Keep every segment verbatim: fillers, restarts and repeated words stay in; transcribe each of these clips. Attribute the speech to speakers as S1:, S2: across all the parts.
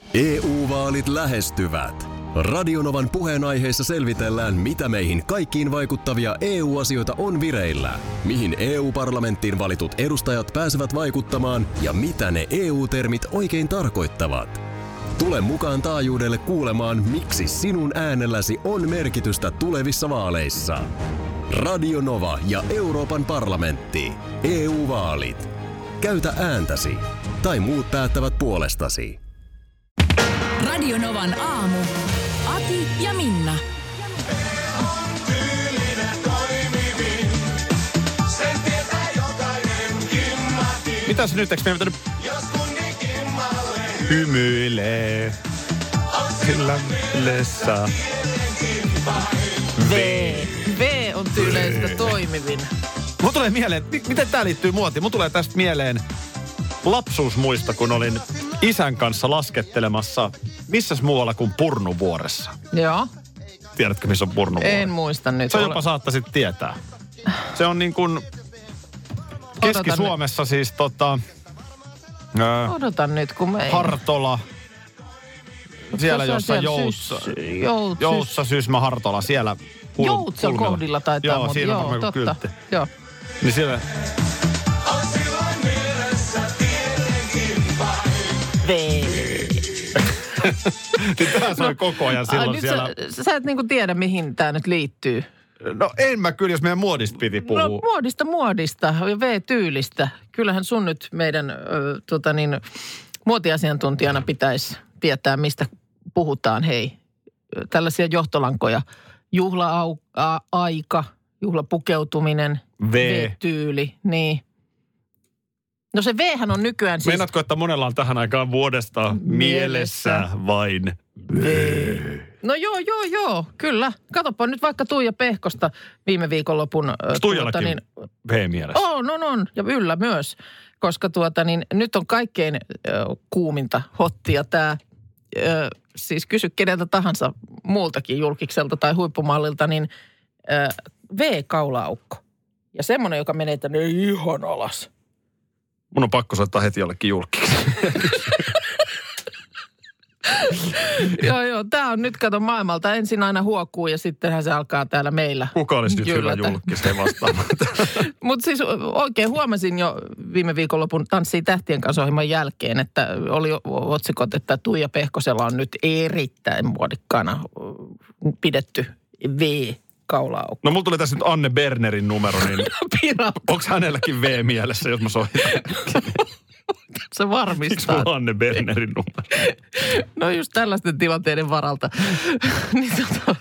S1: E U-vaalit lähestyvät. Radionovan puheenaiheessa selvitellään, mitä meihin kaikkiin vaikuttavia E U-asioita on vireillä, mihin E U-parlamenttiin valitut edustajat pääsevät vaikuttamaan ja mitä ne E U-termit oikein tarkoittavat. Tule mukaan taajuudelle kuulemaan, miksi sinun äänelläsi on merkitystä tulevissa vaaleissa. Radio Nova ja Euroopan parlamentti. E U-vaalit. Käytä ääntäsi. Tai muut päättävät puolestasi.
S2: Radio Novan aamu. Ati ja Minna.
S3: Mitäs nyt, eikö meidän pitänyt hymyilee lessa.
S4: V. V on tyyleistä toimivin.
S3: Mun tulee mieleen, että miten tää liittyy muotiin? Mun tulee tästä mieleen lapsuusmuista, kun olin isän kanssa laskettelemassa, missäs muualla kuin Purnuvuoressa.
S4: Joo.
S3: Tiedätkö, missä on Purnuvuori?
S4: En muista nyt.
S3: Se jopa ole... saattaisit tietää. Se on niin kuin Keski-Suomessa siis tota... Ää,
S4: Odotan nyt, kun me...
S3: Hartola. Siellä jossain Joussa.
S4: Joutsa.
S3: Joussa, Sysmä, Hartola. Siellä kul-
S4: Joutsan kohdilla taitaa.
S3: Joo, siinä on varmaan joku kyltti.
S4: Joo.
S3: Niin siellä...
S4: V.
S3: niin tää soi no, koko ajan silloin
S4: nyt
S3: siellä.
S4: Sä, sä et niinku tiedä, mihin tää nyt liittyy.
S3: No en mä kyllä, jos meidän muodista piti puhua.
S4: No muodista muodista ja V-tyylistä. Kyllähän sun nyt meidän ö, tota niin, muotiasiantuntijana pitäisi tietää, mistä puhutaan. Hei, tällaisia johtolankoja. Juhla-aika, juhlapukeutuminen,
S3: V.
S4: V-tyyli, niin. No se V-hän on nykyään siis...
S3: Meinaatko, että monella on tähän aikaan vuodesta mielessä, mielessä vain V?
S4: No joo, joo, joo, kyllä. Katsopa nyt vaikka Tuija Pehkosta viime viikonlopun...
S3: Tuijallakin niin, V-mielessä?
S4: On, on, on. Ja yllä myös. Koska tuota niin, nyt on kaikkein äh, kuuminta hottia tämä, äh, siis kysy keneltä tahansa muultakin julkikselta tai huippumallilta, niin äh, V-kaulaaukko. Ja semmoinen, joka menee tänne ihan alas.
S3: Mun on pakko soittaa heti jollekin julkiksi.
S4: joo, joo. Tämä on nyt, kato, maailmalta ensin aina huokuu ja sittenhän se alkaa täällä meillä.
S3: Kuka olisi nyt hyvä julkis, ei vastaamaan.
S4: Mutta siis oikein huomasin jo viime viikonlopun Tanssii tähtien kanssa -ohjelman jälkeen, että oli otsikot, että Tuija Pehkosella on nyt erittäin muodikkaana pidetty V-kaulaaukko.
S3: No mulla tuli tässä nyt Anne Bernerin numero, niin onko hänelläkin V-mielessä, jos mä soitan?
S4: Se varmistaa.
S3: Miksi mulla on Anne Bernerin numero?
S4: No just tällaisten tilanteiden varalta. niin tota,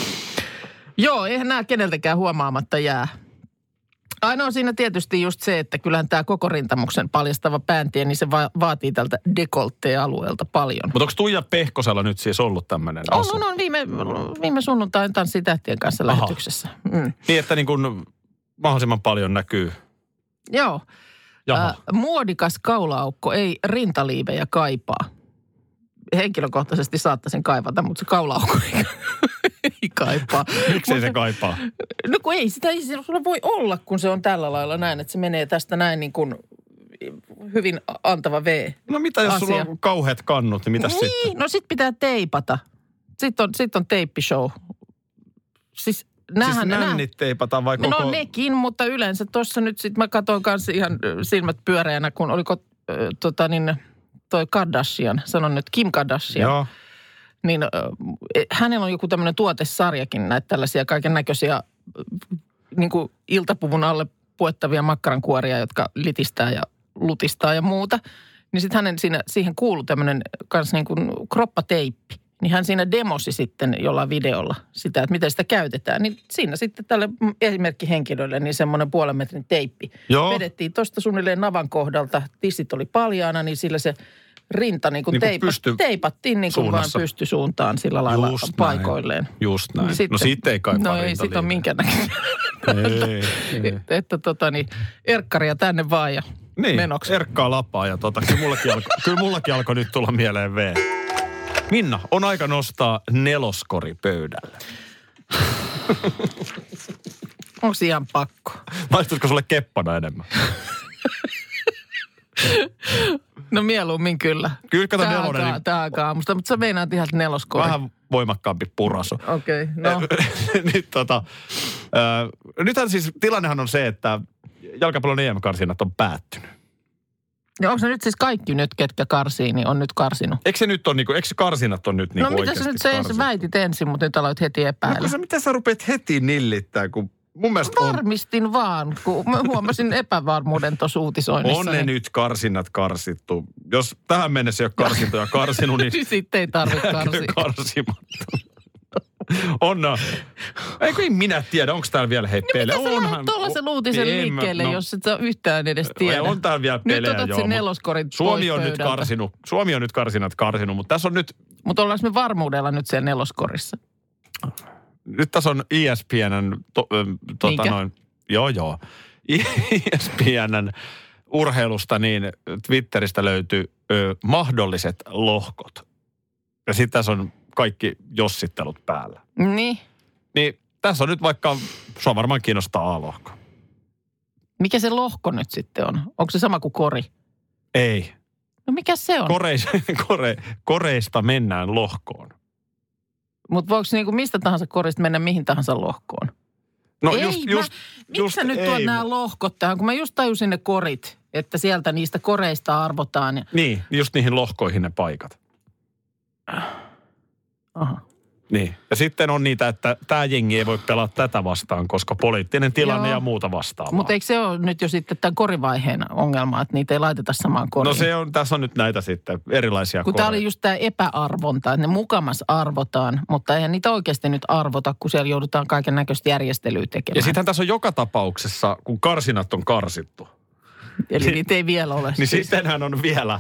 S4: joo, eihän nämä keneltäkään huomaamatta jää. Ainoa siinä tietysti just se, että kyllähän tämä koko rintamuksen paljastava pääntie, niin se va- vaatii tältä dekolttea-alueelta paljon.
S3: Mutta onko Tuija Pehkosella nyt siis ollut tämmöinen
S4: on,
S3: asu?
S4: On, on. Viime, viime sunnuntain Tanssii tähtien kanssa
S3: Aha.
S4: lähetyksessä. Mm.
S3: Niin, että niin kuin mahdollisimman paljon näkyy.
S4: Joo. Äh, muodikas kaulaaukko ei rintaliivejä kaipaa. Henkilökohtaisesti saattaisin kaivata, mutta se kaulaaukko ei, ei kaipaa.
S3: Miksei se kaipaa?
S4: No kun ei sitä, ei sulla voi olla, kun se on tällä lailla näin, että se menee tästä näin niin kuin hyvin antava V.
S3: No mitä jos
S4: asia.
S3: Sulla on kauheat kannut, niin mitäs
S4: niin,
S3: sitten?
S4: No sit pitää teipata. Sitten on, sit on teippishow. Siis Nämähän,
S3: siis nännit teipataan vai koko...
S4: No nekin, mutta yleensä tuossa nyt sitten mä katsoin kanssa ihan silmät pyöreänä, kun oliko äh, tota niin, toi Kardashian, sanon nyt Kim Kardashian.
S3: Joo.
S4: Niin äh, hänellä on joku tämmöinen tuotesarjakin, näitä tällaisia kaiken näköisiä äh, niin kuin iltapuvun alle puettavia makkarankuoria, jotka litistää ja lutistaa ja muuta. Niin sitten hänen siinä, siihen kuului tämmöinen kanssa niin kuin kroppateippi. Niin hän siinä demosi sitten jollain videolla sitä, että miten sitä käytetään. Niin siinä sitten tälle esimerkkihenkilölle niin semmoinen puolen metrin teippi.
S3: Joo.
S4: Vedettiin tuosta suunnilleen navan kohdalta, tissit oli paljaana, niin sillä se rinta niin kuin,
S3: niin kuin
S4: teipa,
S3: pysty
S4: teipattiin niin kuin vaan pystysuuntaan sillä lailla
S3: just
S4: paikoilleen.
S3: Näin. Just näin.
S4: Sitten,
S3: no siitä ei kaipaa
S4: No ei siitä ole minkään näköistä. että, että tota niin, erkkaria tänne vaan ja
S3: niin,
S4: menoksi.
S3: Erkkaa lapaa ja tota, kyllä mullakin alkoi kyllä mullakin alko nyt tulla mieleen V. Minna, on aika nostaa neloskori pöydälle.
S4: Onko ihan pakko?
S3: Maistuisiko sulle keppana enemmän?
S4: No mieluummin kyllä.
S3: Kyllä kato
S4: Tää
S3: nelonen.
S4: alkaa,
S3: Niin...
S4: tää alkaa aamusta, mutta sä meinaat ihan neloskori.
S3: Vähän voimakkaampi purasu.
S4: Okei, okay, no.
S3: Nyt tota, äh, nythän siis tilannehan on se, että jalkapallon E M-karsinnat on päättynyt.
S4: Ja onko se nyt siis kaikki nyt, ketkä karsii, niin on nyt karsinut?
S3: Eikö se nyt on niinku, eikö se karsinnat on nyt niinku
S4: no mitä
S3: oikeasti
S4: sä nyt se
S3: karsinut?
S4: väitit ensin, mutta nyt aloit heti
S3: No
S4: epäillä.
S3: kun sä, mitä sä rupeat heti nillittää, kun mun mielestä on...
S4: Varmistin vaan, kun mä huomasin epävarmuuden tuossa uutisoinnissa.
S3: On ne
S4: niin...
S3: nyt karsinnat karsittu. Jos tähän mennessä ei ole karsintoja karsinut, niin...
S4: Sitten ei tarvitse karsia.
S3: Karsimatta. On. Eikö minä tiedä, onko täällä vielä hei pelejä?
S4: Niin mitä sä lähdet tuollaisen uutisen
S3: Niin,
S4: liikkeelle,
S3: no,
S4: jos et sä yhtään edes tiedä?
S3: On täällä vielä pelejä,
S4: Nyt otat
S3: joo,
S4: sen neloskorin
S3: Suomi
S4: pois
S3: on nyt
S4: pöydältä.
S3: karsinut. Suomi on nyt karsinat karsinut, mutta tässä on nyt...
S4: Mutta ollaanko me varmuudella nyt siellä neloskorissa?
S3: Nyt tässä on E S P N:n... To, ö, tota noin, joo, joo. E S P N:n urheilusta niin Twitteristä löytyy ö, mahdolliset lohkot. Ja sitten tässä on kaikki jossittelut päällä.
S4: Niin.
S3: Niin tässä on nyt vaikka, sua varmaan kiinnostaa A-lohko.
S4: Mikä se lohko nyt sitten on? Onko se sama kuin kori?
S3: Ei.
S4: No mikä se on?
S3: Koreis, kore, koreista mennään lohkoon.
S4: Mutta voiko niinku mistä tahansa korista mennä mihin tahansa lohkoon?
S3: No
S4: ei,
S3: just,
S4: mä,
S3: just,
S4: miksi
S3: just
S4: sä nyt
S3: ei.
S4: tuot nämä lohkot tähän? Kun mä just tajusin ne korit, että sieltä niistä koreista arvotaan. Ja...
S3: Niin, just niihin lohkoihin ne paikat.
S4: Aha.
S3: Niin. Ja sitten on niitä, että tämä jengi ei voi pelata tätä vastaan, koska poliittinen tilanne
S4: Joo.
S3: ja muuta vastaavaa.
S4: Mutta eikö se ole nyt jo sitten tämän korivaiheen ongelma, että niitä ei laiteta samaan koriin?
S3: No se on, tässä on nyt näitä sitten erilaisia
S4: kun tämä
S3: koreja.
S4: oli just tämä epäarvonta, että ne mukamas arvotaan, mutta eihän niitä oikeasti nyt arvota, kun siellä joudutaan kaiken näköistä järjestelyä tekemään.
S3: Ja sittenhän tässä on joka tapauksessa, kun karsinat on karsittu.
S4: Eli
S3: niin,
S4: niitä ei vielä ole.
S3: Niin
S4: siis.
S3: sittenhän on vielä...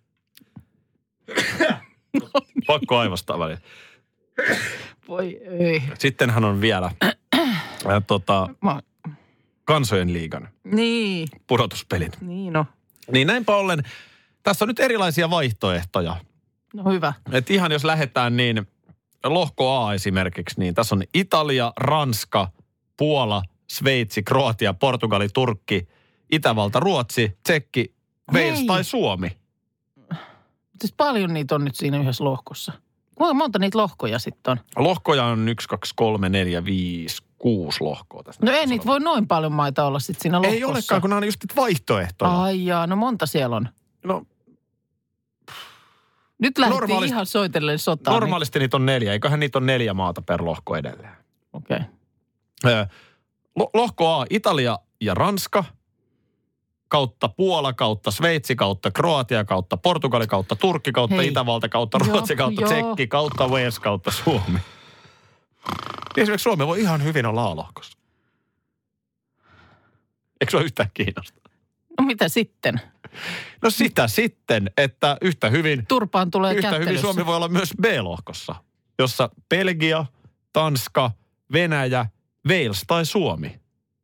S3: Pakko aivastaa välillä.
S4: Voi ei.
S3: Sittenhän on vielä ää, tota,
S4: Mä...
S3: kansojen liigan
S4: Niin,
S3: pudotuspelit.
S4: niin no.
S3: Niin näinpä ollen, tässä on nyt erilaisia vaihtoehtoja.
S4: No hyvä.
S3: Et ihan jos lähdetään niin, lohko A esimerkiksi, niin tässä on Italia, Ranska, Puola, Sveitsi, Kroatia, Portugali, Turkki, Itävalta, Ruotsi, Tsekki, Wales
S4: Hei.
S3: tai Suomi.
S4: Siis paljon niitä on nyt siinä yhdessä lohkossa. Kuinka monta niitä lohkoja sitten on?
S3: Lohkoja on yksi, kaksi, kolme, neljä, viisi, kuusi lohkoa tässä.
S4: No ei niitä voi noin paljon maita olla sitten siinä lohkossa.
S3: Ei olekaan, kun nämä on just niitä vaihtoehtoja.
S4: Ai jaa, no monta siellä on.
S3: No,
S4: Nyt lähdettiin
S3: Normaalisti-
S4: ihan soitellen sotaan.
S3: normaalisti niitä on neljä. Eiköhän niitä on neljä maata per lohko edelleen.
S4: Niin... Okei. Okay.
S3: Ö, lo- lohko A, Italia ja Ranska, kautta Puola, kautta Sveitsi, kautta Kroatia, kautta Portugali, kautta Turkki, kautta
S4: Hei.
S3: Itävalta, kautta
S4: Joo,
S3: Ruotsi, kautta
S4: joo.
S3: Tsekki, kautta Wales, kautta Suomi. Esimerkiksi Suomi voi ihan hyvin olla A-lohkossa. Eikö se ole yhtään kiinnostaa?
S4: No mitä sitten?
S3: No sitä sitten, että yhtä hyvin,
S4: Turpaan tulee
S3: yhtä
S4: kättelyssä.
S3: hyvin Suomi voi olla myös B-lohkossa, jossa Belgia, Tanska, Venäjä, Wales tai Suomi.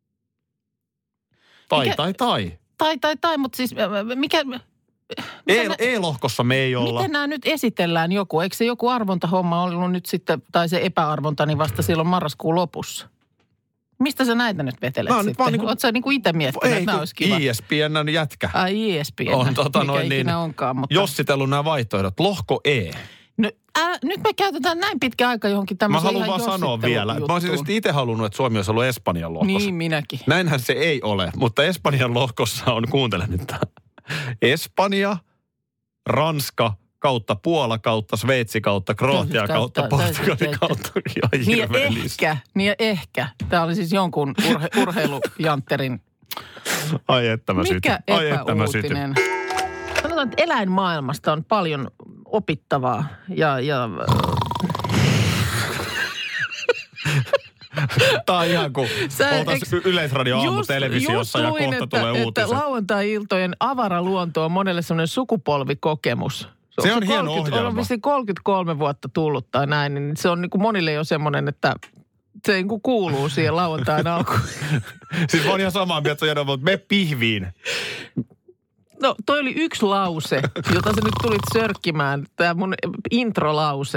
S3: Tai,
S4: Mikä-
S3: tai, tai.
S4: Tai, tai, tai, mutta siis äh, mikä...
S3: E-
S4: mitä nä-
S3: E-lohkossa me ei olla.
S4: Miten nämä nyt esitellään joku? Eikö se joku arvontahomma ollut nyt sitten, tai se epäarvonta, niin vasta silloin marraskuun lopussa? Mistä sä näitä nyt vetelet
S3: Mä oon nyt
S4: sitten?
S3: vaan niinku-
S4: Oletko sä niinku itse miettinyt,
S3: Ei,
S4: että nämä olisi kiva?
S3: I S P N:n jätkä.
S4: Ai E S P N,
S3: On, tota
S4: mikä
S3: noin
S4: ikinä
S3: niin,
S4: onkaan. Mutta...
S3: jossitellut nämä vaihtoehdot. Lohko E.
S4: No, ää, nyt me käytetään näin pitkä aika johonkin
S3: Mä
S4: tämmöiseen
S3: haluan vaan
S4: ihan
S3: sanoa vielä, että mä olisin
S4: jossittelujuttuun.
S3: tietysti itse halunnut, että Suomi olisi ollut Espanjan lohkossa.
S4: Niin, minäkin.
S3: Näinhän se ei ole, mutta Espanjan lohkossa on, kuuntele nyt tää. Espanja, Ranska, kautta Puola, kautta Sveitsi, kautta Kroatia,
S4: Kautta-
S3: kautta Portugali,
S4: täysin-
S3: kautta jo
S4: Niin ja
S3: hirveä lista.
S4: ehkä, niin ja ehkä. Tämä oli siis jonkun urhe, urheilujantterin.
S3: Ai että mä sytyn.
S4: Mikä
S3: Ai että mä sytyn.
S4: epäuutinen? Sanotaan, että eläinmaailmasta on paljon opittavaa ja, ja
S3: Tää on ihan kuin
S4: Sä-
S3: oltaisiin Yleisradio aamu televisiossa ja
S4: luin,
S3: kohta
S4: että,
S3: tulee
S4: että
S3: uutiset.
S4: lauantai-iltojen avaraluonto on monelle semmoinen sukupolvikokemus.
S3: Se on hieno
S4: kolmekymmentä
S3: ohjelma.
S4: On vissiin kolmekymmentäkolme vuotta tullut tai näin, niin se on niin kuin monille jo semmoinen, että se niin kuin kuuluu siihen lauantain alkuun.
S3: Siis mä oon ihan samaa mieltä, että se on hieno, mutta me pihviin.
S4: No toi oli yksi lause, jota sä nyt tulit sörkkimään, tämä mun introlause.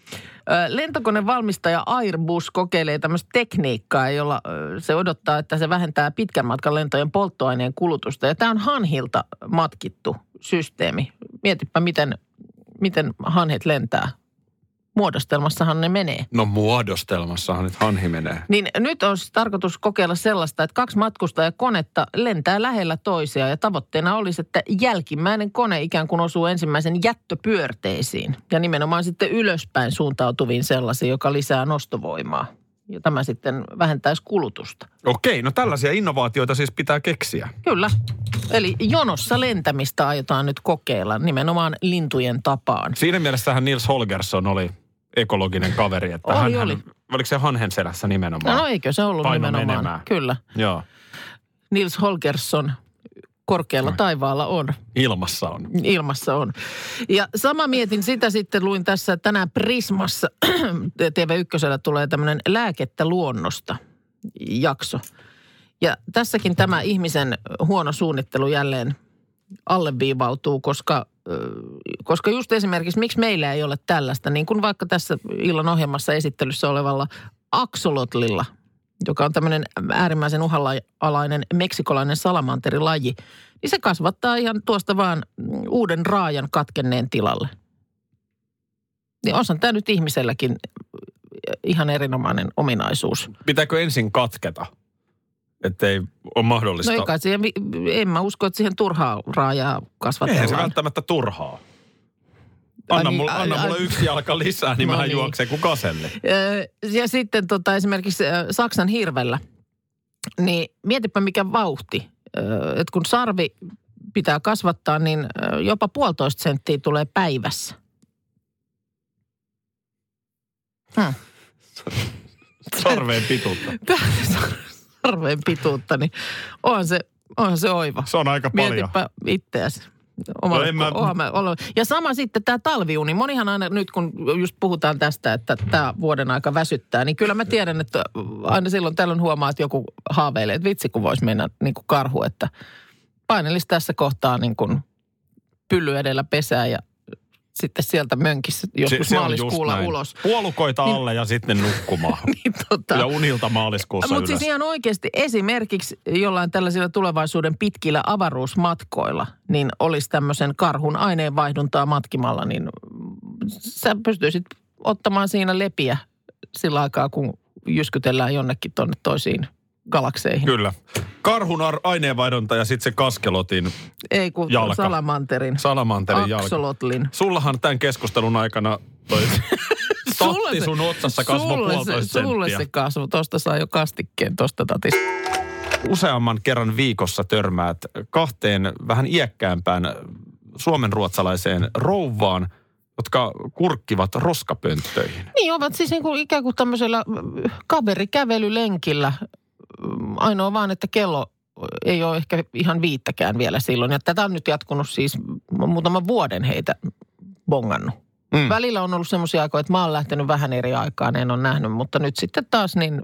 S4: Lentokonevalmistaja Airbus kokeilee tämmöistä tekniikkaa, jolla se odottaa, että se vähentää pitkän matkan lentojen polttoaineen kulutusta. Ja tämä on hanhilta matkittu systeemi. Mietipä, miten, miten hanhet lentää. Muodostelmassahan ne menee.
S3: No muodostelmassahan nyt hanhi menee.
S4: Niin nyt on siis tarkoitus kokeilla sellaista, että kaksi matkustajakonetta lentää lähellä toisiaan ja tavoitteena olisi, että jälkimmäinen kone ikään kuin osuu ensimmäisen jättöpyörteisiin ja nimenomaan sitten ylöspäin suuntautuviin sellaisiin, joka lisää nostovoimaa. Ja tämä sitten vähentäisi kulutusta.
S3: Okei, no tällaisia innovaatioita siis pitää keksiä.
S4: Kyllä. Eli jonossa lentämistä aiotaan nyt kokeilla nimenomaan lintujen tapaan.
S3: Siinä mielessähän Nils Holgersson oli ekologinen kaveri, että
S4: oli,
S3: hän,
S4: oli.
S3: Oliko se hanhen selässä nimenomaan?
S4: No, no eikö se ollut
S3: Paino
S4: nimenomaan?
S3: menemään.
S4: Kyllä.
S3: Joo.
S4: Nils Holgersson korkealla
S3: no.
S4: taivaalla on.
S3: Ilmassa on.
S4: Ilmassa on. Ja sama mietin sitä sitten, luin tässä tänään Prismassa, T V ykkösellä tulee tämmöinen lääkettä luonnosta jakso. Ja tässäkin tämä ihmisen huono suunnittelu jälleen alleviivautuu, koska, koska just esimerkiksi miksi meillä ei ole tällaista, niin kuin vaikka tässä illan ohjelmassa esittelyssä olevalla aksolotlilla, joka on tämmöinen äärimmäisen uhanalainen meksikolainen salamanterilaji, niin se kasvattaa ihan tuosta vaan uuden raajan katkenneen tilalle. Niin onhan tämä nyt ihmiselläkin ihan erinomainen ominaisuus.
S3: Pitääkö ensin katketa? Että ei ole mahdollista.
S4: No eikä siihen, en mä usko, että siihen turhaa raajaa kasvatellaan.
S3: Eihän se välttämättä turhaa. Anna,
S4: niin,
S3: mulle, anna mulle yksi jalka lisää, niin no mähän niin. juoksen kuin kaselle.
S4: Ja sitten tota, esimerkiksi Saksan hirvellä, niin mietipä mikä vauhti. Että kun sarvi pitää kasvattaa, niin jopa puolitoista senttiä tulee päivässä. Hmm.
S3: Sarveen pituutta.
S4: Sarveen pituutta, niin onhan se, onhan se oiva.
S3: Se on aika paljon.
S4: Mietipä itseäsi. Oma, no mä... oma, oma. Ja sama sitten tämä talviuni. Monihan aina nyt, kun just puhutaan tästä, että tämä vuoden aika väsyttää, niin kyllä mä tiedän, että aina silloin tällöin huomaa, että joku haaveilee, että vitsi kun voisi mennä niin kuin karhu, että painelisi tässä kohtaa niin kuin pylly edellä pesää ja sitten sieltä mönkissä joskus se, se maaliskuulla ulos.
S3: Puolukoita alle niin, ja sitten nukkumaan. niin, tota, ja unilta maaliskuussa
S4: Mutta siis ihan oikeasti esimerkiksi jollain tällaisilla tulevaisuuden pitkillä avaruusmatkoilla, niin olisi tämmöisen karhun aineenvaihduntaa matkimalla, niin sä pystyisit ottamaan siinä lepiä sillä aikaa, kun jyskytellään jonnekin tuonne toisiin galakseihin.
S3: Kyllä. Karhun aineenvaihdunta ja sitten se kaskelotin
S4: Ei kun
S3: jalka.
S4: salamanterin.
S3: Salamanterin jalka.
S4: Aksolotlin.
S3: Sullahan tämän keskustelun aikana toi tatti sun otsassa kasvoi puolitoista senttiä.
S4: Sulle se kasvu. Tuosta saa jo kastikkeen tuosta tatista.
S3: Useamman kerran viikossa törmäät kahteen vähän iäkkäämpään suomenruotsalaiseen rouvaan, jotka kurkkivat roskapönttöihin.
S4: Niin, ovat siis niin kuin ikään kuin tämmöisellä kaverikävelylenkillä. Ainoa vaan, että kello ei ole ehkä ihan viittäkään vielä silloin. Ja tätä on nyt jatkunut siis muutaman vuoden heitä bongannut. Mm. Välillä on ollut semmoisia aikoja, että mä oon lähtenyt vähän eri aikaan, en ole nähnyt. Mutta nyt sitten taas niin,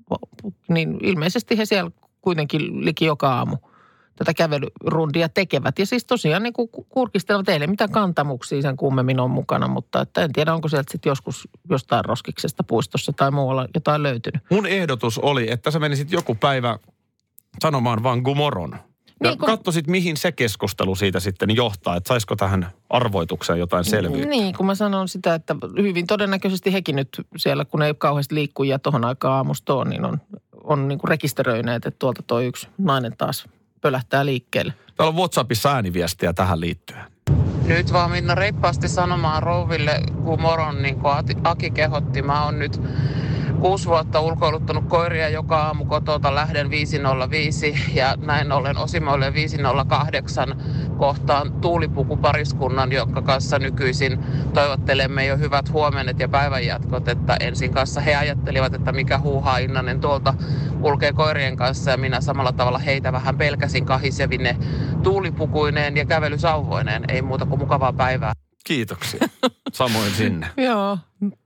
S4: niin ilmeisesti he siellä kuitenkin liki joka aamu tätä kävelyrundia tekevät. Ja siis tosiaan niin kuin kurkistelevat, ei mitään kantamuksia sen kummemmin on mukana, mutta että en tiedä, onko sieltä sitten joskus jostain roskiksesta puistossa tai muualla jotain löytynyt.
S3: Mun ehdotus oli, että sä menisit joku päivä sanomaan vaan gumoron. Ja niin kun katsoisit, mihin se keskustelu siitä sitten johtaa, että saisiko tähän arvoitukseen jotain selvyyttä.
S4: Niin, kun mä sanon sitä, että hyvin todennäköisesti hekin nyt siellä, kun ei kauheasti liikkujia tohon aikaan aamusta ole, niin on, on niin kuin rekisteröineet, että tuolta toi yksi nainen taas pölähtää liikkeelle.
S3: Täällä on WhatsAppissa ääniviestiä tähän liittyen.
S5: Nyt vaan Minna reippaasti sanomaan rouville kumoron, niin kuin Aki kehotti. Mä oon nyt kuusi vuotta ulkoiluttanut koiria joka aamu kotota, lähden viisi nolla viisi ja näin ollen Osimoille viisi nolla kahdeksan kohtaan tuulipukupariskunnan, jonka kanssa nykyisin toivottelemme jo hyvät huomenet ja päivänjatkot, että ensin kanssa he ajattelivat, että mikä huuhaa Innanen tuolta kulkee koirien kanssa ja minä samalla tavalla heitä vähän pelkäsin kahisevine tuulipukuineen ja kävelysauvoineen. Ei muuta kuin mukavaa päivää.
S3: Kiitoksia. Samoin sinne.
S4: Joo.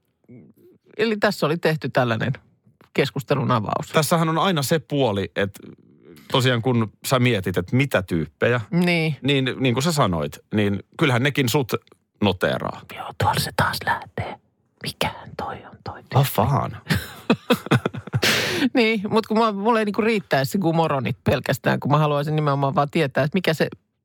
S4: Eli tässä oli tehty tällainen keskustelun avaus.
S3: Tässähän on aina se puoli, että tosiaan kun sä mietit, että mitä tyyppejä,
S4: niin,
S3: niin, niin kuin sä sanoit, niin kyllähän nekin sut noteeraa.
S4: Joo, tuolla se taas lähtee. mikähän toi on toi.
S3: Oh, fan.
S4: Niin, mutta kun mulla, mulla ei niinku riittäisi se gumoronit pelkästään, kun mä haluaisin nimenomaan vaan tietää, että mikä se,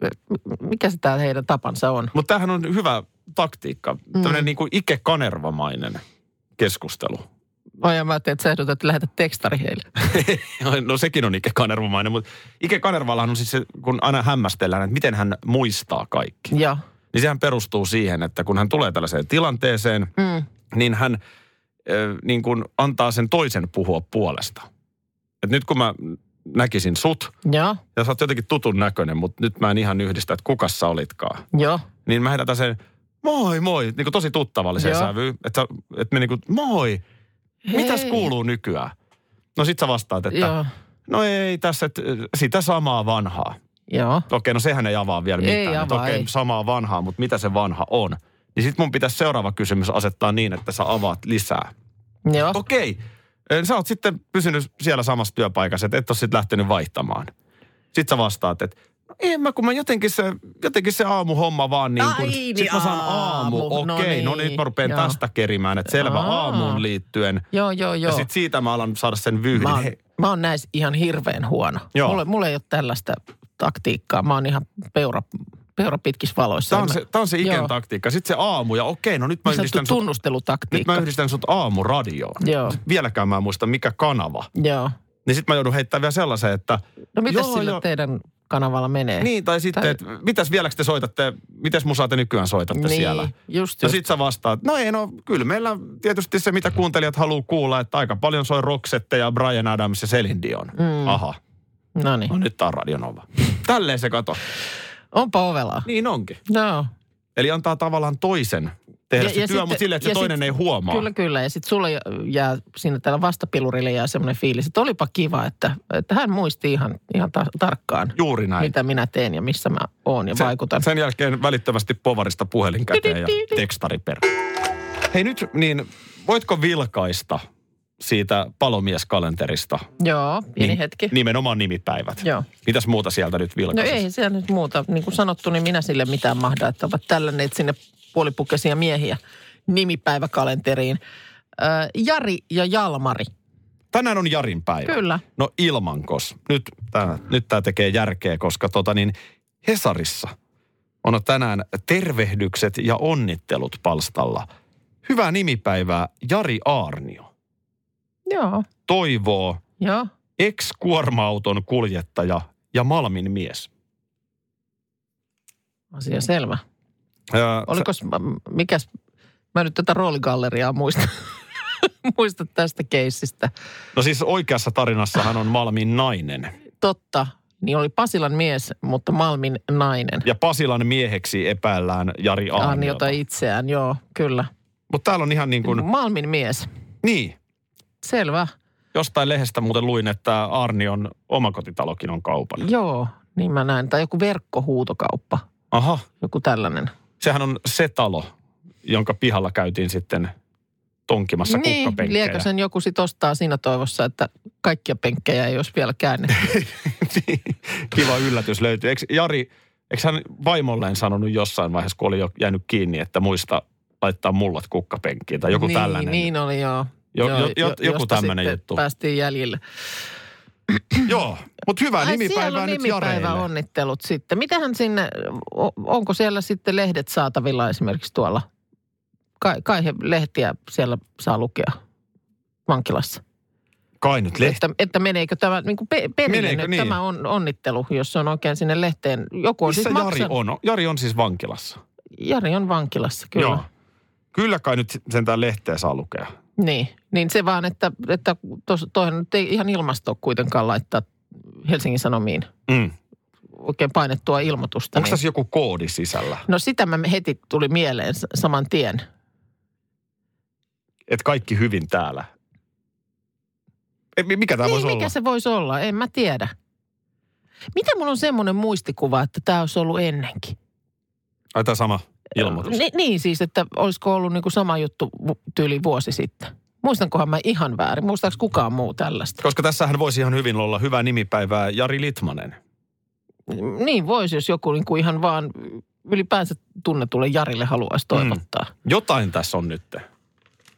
S4: mikä se tää heidän tapansa on.
S3: Mutta tämähän on hyvä taktiikka. Mm. Tämmöinen niin kuin Ike Kanervamainen keskustelu.
S4: Ai ja mä ajattelin, että sä ehdotat, että lähetät tekstari heille.
S3: No sekin on Ike Kanervamainen, mutta Ike Kanervallahan on siis se, kun aina hämmästellään, että miten hän muistaa kaikki.
S4: Joo.
S3: Niin sehän perustuu siihen, että kun hän tulee tällaiseen tilanteeseen, mm. niin hän äh, niin kuin antaa sen toisen puhua puolesta. Et nyt kun mä näkisin sut,
S4: ja,
S3: ja sä oot jotenkin tutun näköinen, mutta nyt mä en ihan yhdistä, että kuka sä olitkaan.
S4: Joo.
S3: Niin mä heitän sen moi moi, niin kuin tosi tuttavalliseen sävyyn, että, että me niin kuin moi, hei. Mitäs kuuluu nykyään? No sit sä vastaat, että
S4: Joo.
S3: no ei tässä, että sitä samaa vanhaa.
S4: Joo.
S3: Okei, no sehän ei avaa vielä mitään.
S4: Ei avaa,
S3: okei,
S4: ei.
S3: samaa vanhaa, mutta mitä se vanha on? Niin sit mun pitäisi seuraava kysymys asettaa niin, että sä avaat lisää.
S4: Joo.
S3: Okei, sä oot sitten pysynyt siellä samassa työpaikassa, että et ole sitten lähtenyt vaihtamaan. Sitten sä vastaat, että no en mä, kun mä jotenkin se, jotenkin se aamuhomma vaan niin kuin.
S4: Niin,
S3: sit mä saan
S4: aamu.
S3: aamu. Okei,
S4: No
S3: no,
S4: niin.
S3: no nyt mä rupean
S4: Joo.
S3: tästä kerimään, että selvä
S4: Aa.
S3: aamuun liittyen.
S4: Joo, joo, joo.
S3: Ja sit siitä mä alan saada sen vyyhdin.
S4: Mä oon,
S3: Hei.
S4: mä oon näissä ihan hirveän huono.
S3: Joo.
S4: Mulla, mulla ei ole tällaista taktiikkaa. Mä oon ihan peura, peura pitkissä valoissa.
S3: Tämä on,
S4: Mä-
S3: se, tää on se Iken
S4: Joo.
S3: taktiikka. Sitten se aamu ja okei, no nyt mä
S4: Niin sanottu
S3: yhdistän sut, nyt
S4: tunnustelutaktiikka.
S3: mä yhdistän sut aamuradioon.
S4: Joo.
S3: Vieläkään mä en muista, mikä kanava.
S4: Joo.
S3: Niin sit mä joudun heittämään vielä sellaisen, että
S4: No mitäs
S3: joo,
S4: sillä
S3: joo.
S4: teidän kanavalla menee?
S3: Niin, tai sitten,
S4: Tai-
S3: että mitäs vieläks te soitatte, mitäs musaa te nykyään soitatte
S4: niin,
S3: siellä?
S4: just,
S3: Ja
S4: just.
S3: sit sä vastaat, no ei no, kyllä meillä tietysti se, mitä kuuntelijat haluaa kuulla, että aika paljon soi Roxette ja Bryan Adams ja Celine Dion. Mm. Aha,
S4: No niin.
S3: no nyt tää on Radio Nova. Tälleen se kato.
S4: Onpa ovelaa.
S3: Niin onkin.
S4: No.
S3: Eli antaa tavallaan toisen tehdä
S4: Ja-
S3: se
S4: ja
S3: työ,
S4: sitten-
S3: mutta silleen, että se
S4: ja
S3: toinen
S4: sit-
S3: ei huomaa.
S4: Kyllä, kyllä. Ja sitten sulle jää siinä tällä vastapilurille jää semmoinen fiilis, että olipa kiva, että, että hän muisti ihan, ihan ta- tarkkaan,
S3: Juuri näin.
S4: mitä minä teen ja missä mä oon ja
S3: Se-
S4: vaikutan.
S3: Sen jälkeen välittömästi povarista puhelin käteen ja tekstari perään. Hei nyt, niin voitko vilkaista siitä palomieskalenterista?
S4: Joo, pieni
S3: Niin,
S4: hetki.
S3: Nimenomaan nimipäivät.
S4: Joo.
S3: Mitäs muuta sieltä nyt
S4: No
S3: vilkaisisi?
S4: ei siellä nyt muuta. Niin kuin sanottu, niin minä sille mitään mahda, että ovat tällänneet sinne puolipukeisia miehiä nimipäiväkalenteriin. Ö, Jari ja Jalmari.
S3: Tänään on Jarin päivä.
S4: Kyllä.
S3: No ilmankos. Nyt tämä nyt tää tekee järkeä, koska tota niin, Hesarissa on tänään tervehdykset ja onnittelut palstalla. Hyvää nimipäivää Jari Aarnio.
S4: Joo,
S3: Toivoo
S4: joo.
S3: ex-kuorma-auton kuljettaja ja Malmin mies.
S4: Asia selvä.
S3: Öö,
S4: Olikos, mikäs, mä nyt tätä rooligalleriaa muista, muista tästä keissistä.
S3: No siis oikeassa tarinassa hän on Malmin nainen.
S4: Totta, niin oli Pasilan mies, mutta Malmin nainen.
S3: Ja Pasilan mieheksi epäillään Jari Aarniota.
S4: Aarniota itseään, joo, kyllä.
S3: Mutta täällä on ihan niin kuin,
S4: Malmin mies,
S3: niin,
S4: selvä.
S3: jostain lehdestä muuten luin, että Aarnion omakotitalokin on kaupan.
S4: Joo, niin mä näen. Tai joku verkkohuutokauppa,
S3: Aha,
S4: joku tällainen.
S3: sehän on se talo, jonka pihalla käytiin sitten tonkimassa
S4: Niin,
S3: kukkapenkkejä.
S4: liekö sen joku sit ostaa siinä toivossa, että kaikkia penkkejä ei olisi vielä käännetty.
S3: Kiva yllätys löytyy. Eikö Jari, eikö hän vaimolleen sanonut jossain vaiheessa, kun oli jo jäänyt kiinni, että muista laittaa mullat kukkapenkkiin tai joku
S4: niin,
S3: tällainen?
S4: Niin oli, joo.
S3: Jo-
S4: joo
S3: jo- jo- joku
S4: josta
S3: tämmönen
S4: sitten
S3: juttu.
S4: päästiin jäljille.
S3: Joo, mutta hyvää
S4: Ai, siellä
S3: nimipäivää
S4: on
S3: nyt
S4: nimipäivä
S3: Jareille.
S4: onnittelut sitten. Mitähän sinne, o- onko siellä sitten lehdet saatavilla esimerkiksi tuolla? Kai, kai he lehtiä siellä saa lukea vankilassa.
S3: Kai nyt lehti.
S4: Että, että meneekö tämä niin kuin pe- perille
S3: Meneekö
S4: nyt
S3: niin?
S4: tämä on, onnittelu, jos se on oikein sinne lehteen. Joku on
S3: Missä
S4: siis
S3: Jari
S4: maksanut.
S3: on? Jari on siis vankilassa.
S4: Jari on vankilassa, kyllä.
S3: Joo. Kyllä kai nyt sentään lehteä saa lukea.
S4: Niin, niin se vaan, että, että tos, toihan nyt ei ihan ilmasto kuitenkaan laittaa Helsingin Sanomiin
S3: Mm.
S4: oikein painettua ilmoitusta.
S3: Onko
S4: Niin.
S3: tässä joku koodi sisällä?
S4: No sitä mä heti tuli mieleen s- saman tien.
S3: Että kaikki hyvin täällä. Ei, mikä tämä
S4: Niin,
S3: voisi
S4: mikä
S3: olla?
S4: se voisi olla? En mä tiedä. Miten mulla on semmoinen muistikuva, että tämä olisi ollut ennenkin?
S3: Ai tämä sama ilmoitus.
S4: Ni, niin siis, että olisiko ollut niinku sama juttu vu- tyyli vuosi sitten. Muistankohan mä ihan väärin? Muistaako kukaan muu tällaista?
S3: Koska tässähän voisi ihan hyvin olla hyvää nimipäivää Jari Litmanen.
S4: Niin voisi, jos joku niinku ihan vaan ylipäänsä tunnetulle Jarille haluaisi toivottaa. Mm.
S3: Jotain tässä on nyt.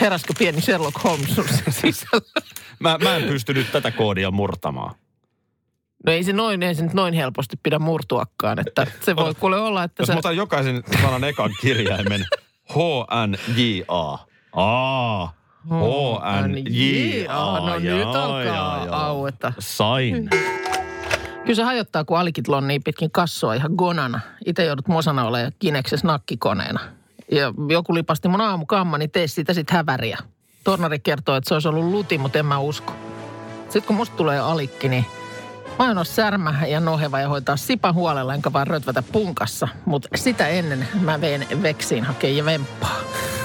S4: Heräskö pieni Sherlock Holmes sun sisällä?
S3: Mä, mä en pysty nyt tätä koodia murtamaan.
S4: No ei se noin, ei se nyt noin helposti pidä murtuakaan, että se voi kuule olla, että
S3: Jos
S4: se...
S3: mä otan jokaisen sanan ekan kirjaimen H N J A. Aa, H N J A.
S4: No nyt alkaa aueta.
S3: Sain.
S4: Kyllä se hajottaa, kun alikit lonnii pitkin kassoa ihan gonana. Itse joudut mosana olemaan Kineksessä nakkikoneena. Ja joku lipasti mun aamukamma, niin tee siitä sit häväriä. Tornari kertoo, että se olisi ollut luti, mutta en mä usko. Sitten kun musta tulee alikki, niin mä oon särmä ja noheva ja hoitaa sipan huolella, enkä vaan rötvätä punkassa. Mutta sitä ennen mä veen veksiin hakeen ja vemppaa.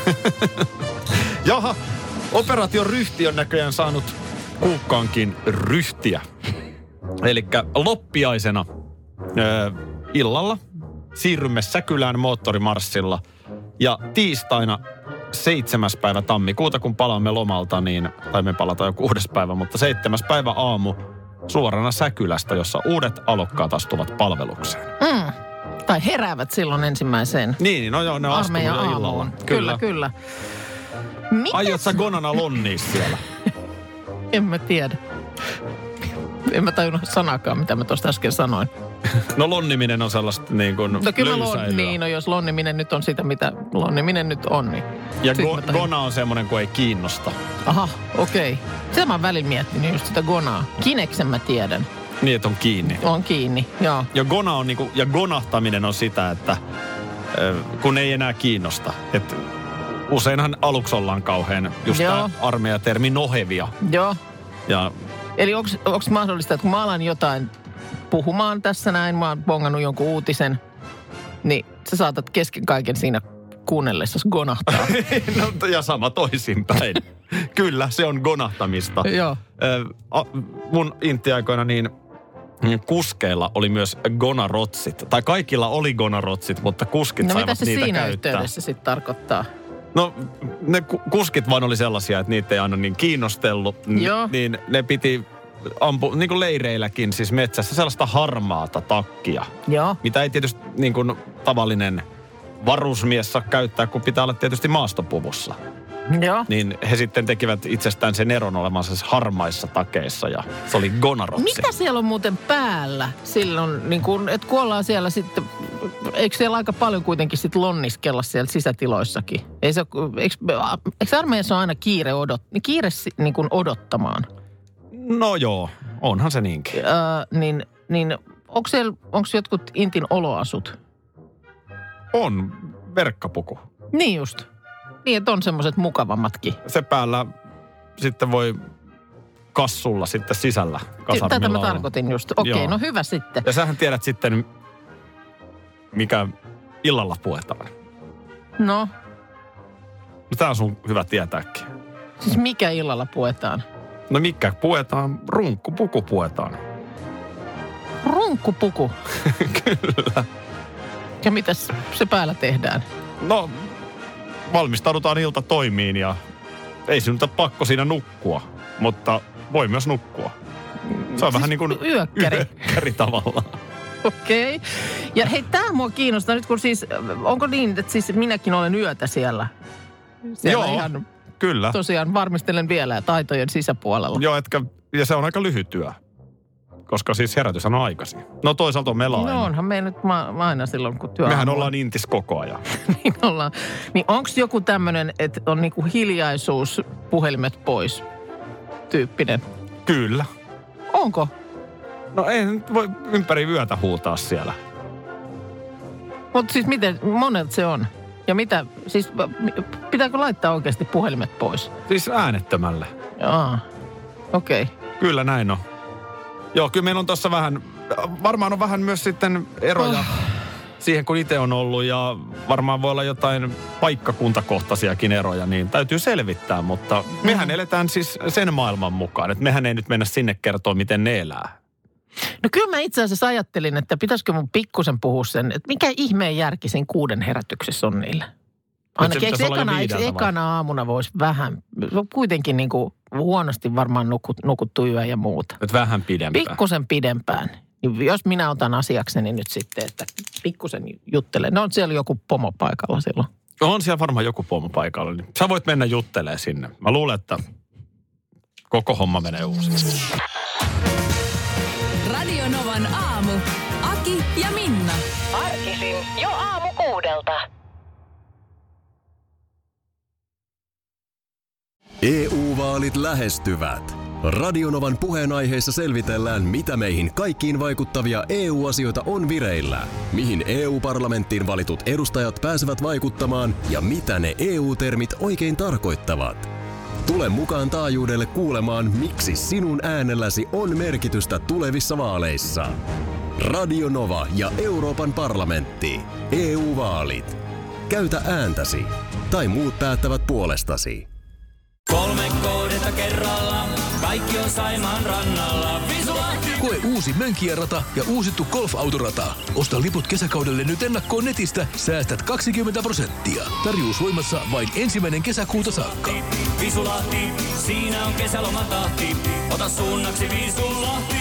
S3: Jaha, operaation ryhti on näköjään saanut kuukkaankin ryhtiä. Elikkä loppiaisena ö, illalla siirrymme Säkylään moottorimarssilla. Ja tiistaina seitsemäs päivä tammikuuta, kun palaamme lomalta, niin, tai me palataan jo kuudes päivä, mutta seitsemäs päivä aamu suorana Säkylästä, jossa uudet alokkaat astuvat palvelukseen.
S4: Mm. Tai heräävät silloin ensimmäiseen
S3: Niin, no joo, ne on astunut jo illalla.
S4: Kyllä, kyllä. kyllä.
S3: Aiot sä gonana lonniis siellä?
S4: En mä tiedä. En mä tajunnut sanakaan, mitä mä tuosta äsken sanoin.
S3: No lonniminen on sellaista niin kuin
S4: no kyllä
S3: löysäilyä.
S4: Lon, niin, no jos lonniminen nyt on sitä, mitä lonniminen nyt on, niin...
S3: Ja go, gona on semmoinen, kun ei kiinnosta.
S4: Aha, okei. Okay. Sitä mä oon välillä miettinyt just sitä gonaa. Kineksen mä tiedän.
S3: Niin, että on kiinni.
S4: On kiinni, joo.
S3: Ja gona on niinku, ja gonahtaminen on sitä, että kun ei enää kiinnosta. Että useinhan aluksi ollaan kauhean just tämä armeijatermi nohevia.
S4: Joo.
S3: Ja
S4: eli onko mahdollista, että kun mä alan jotain puhumaan tässä näin, mä oon bongannut jonkun uutisen, niin sä saatat kesken kaiken siinä kuunnellessasi gonahtaa.
S3: No, ja sama toisinpäin. Kyllä, se on gonahtamista.
S4: Joo.
S3: Mun intti-aikoina niin kuskeilla oli myös gonarotsit. Tai kaikilla oli gonarotsit, mutta kuskit
S4: no,
S3: saivat niitä käyttää.
S4: No mitä se siinä yhteydessä sitten tarkoittaa?
S3: No ne kuskit vaan oli sellaisia, että niitä ei aina niin kiinnostellut.
S4: Joo.
S3: Niin ne piti ampu, niin kuin leireilläkin siis metsässä, sellaista harmaata takkia.
S4: Joo.
S3: Mitä ei tietysti niin kuin tavallinen varusmies saa käyttää, kun pitää olla tietysti maastopuvussa.
S4: Joo.
S3: Niin he sitten tekivät itsestään sen eron olemansa harmaissa takeissa ja se oli gonarotsi.
S4: Mitä siellä on muuten päällä silloin, niin kun, että kun ollaan siellä sitten, eikö siellä aika paljon kuitenkin sitten lonniskella siellä sisätiloissakin? Ei se, eikö, eikö armeijassa ole aina kiire, odot, kiire niin kuin odottamaan?
S3: No joo, onhan se niinkin.
S4: Öö, niin, niin onko siellä, onko jotkut intin oloasut?
S3: On, verkkapuku.
S4: Niin just. Niin, että on semmoiset mukavammatkin.
S3: Se päällä sitten voi kassulla sitten sisällä kasarmilla.
S4: Tätä mä tarkoitin just. Okei, okay, no hyvä sitten.
S3: Ja sähän tiedät sitten, mikä illalla puetaan.
S4: No?
S3: No tää on sun hyvä tietääkin.
S4: Siis mikä illalla puetaan?
S3: No mikä puetaan? Runkkupuku puetaan.
S4: Runkkupuku?
S3: Kyllä.
S4: Ja mitäs se päällä tehdään?
S3: No, valmistaudutaan iltatoimiin ja ei sinulta pakko siinä nukkua, mutta voi myös nukkua. Se on siis vähän niin kuin
S4: yökkäri.
S3: yökkäri tavallaan.
S4: Okei. Okay. Ja hei, tää mua kiinnostaa nyt, kun siis, onko niin, että siis minäkin olen yötä siellä? Siellä
S3: Joo,
S4: ihan,
S3: kyllä.
S4: Tosiaan varmistelen vielä ja taitojen sisäpuolella.
S3: Joo, etkä, ja se on aika lyhyt työ. Koska siis herätys on aikaisin. No toisaalta on meillä aina.
S4: No onhan me nyt ma- aina silloin, kun työ
S3: mehän ollaan intis koko ajan.
S4: niin ollaan. Niin onko joku tämmöinen, että on niinku hiljaisuus, puhelimet pois tyyppinen?
S3: Kyllä.
S4: Onko?
S3: No ei nyt voi ympäri yötä huutaa siellä.
S4: Mutta siis miten monelta se on? Ja mitä, siis pitääkö laittaa oikeasti puhelimet pois?
S3: Siis äänettömälle.
S4: Jaa, okei. Okay.
S3: Kyllä näin on. Joo, kyllä meillä on tuossa vähän, varmaan on vähän myös sitten eroja oh. siihen, kun itse on ollut ja varmaan voi olla jotain paikkakuntakohtaisiakin eroja, niin täytyy selvittää, mutta mm. mehän eletään siis sen maailman mukaan, että mehän ei nyt mennä sinne kertoa, miten ne elää.
S4: No kyllä mä itse asiassa ajattelin, että pitäisikö mun pikkusen puhua sen, että mikä ihmeen järki siinä kuuden herätyksessä on niillä. Ainakin eikö ekana, eikö ekana aamuna voisi vähän, kuitenkin niin kuin huonosti varmaan nukut, nukuttu yö ja muuta.
S3: Nyt vähän pidempään.
S4: Pikkusen pidempään. Jos minä otan asiakseni nyt sitten, että pikkusen juttelen. No on siellä joku pomo paikalla silloin.
S3: On siellä varmaan joku pomo paikalla. Niin sä voit mennä juttelemaan sinne. Mä luulen, että koko homma menee uusiksi.
S2: Radio Novan aamu. Aki ja Minna.
S6: Arkisin jo aamu kuudelta.
S1: E U-vaalit lähestyvät. Radio Novan puheenaiheessa selvitellään, mitä meihin kaikkiin vaikuttavia E U-asioita on vireillä, mihin E U-parlamenttiin valitut edustajat pääsevät vaikuttamaan ja mitä ne E U-termit oikein tarkoittavat. Tule mukaan taajuudelle kuulemaan, miksi sinun äänelläsi on merkitystä tulevissa vaaleissa. Radio Nova ja Euroopan parlamentti. E U-vaalit. Käytä ääntäsi. Tai muut päättävät puolestasi.
S7: Kolme kohdetta kerralla, kaikki on Saimaan rannalla. Visulahti!
S8: Koe uusi Mönkijärata ja uusittu golfautorata. Osta liput kesäkaudelle nyt ennakkoon netistä, säästät kaksikymmentä prosenttia. Tarjous voimassa vain ensimmäinen kesäkuuta saakka.
S7: Visulahti, siinä on kesälomatahti. Ota suunnaksi Visulahti.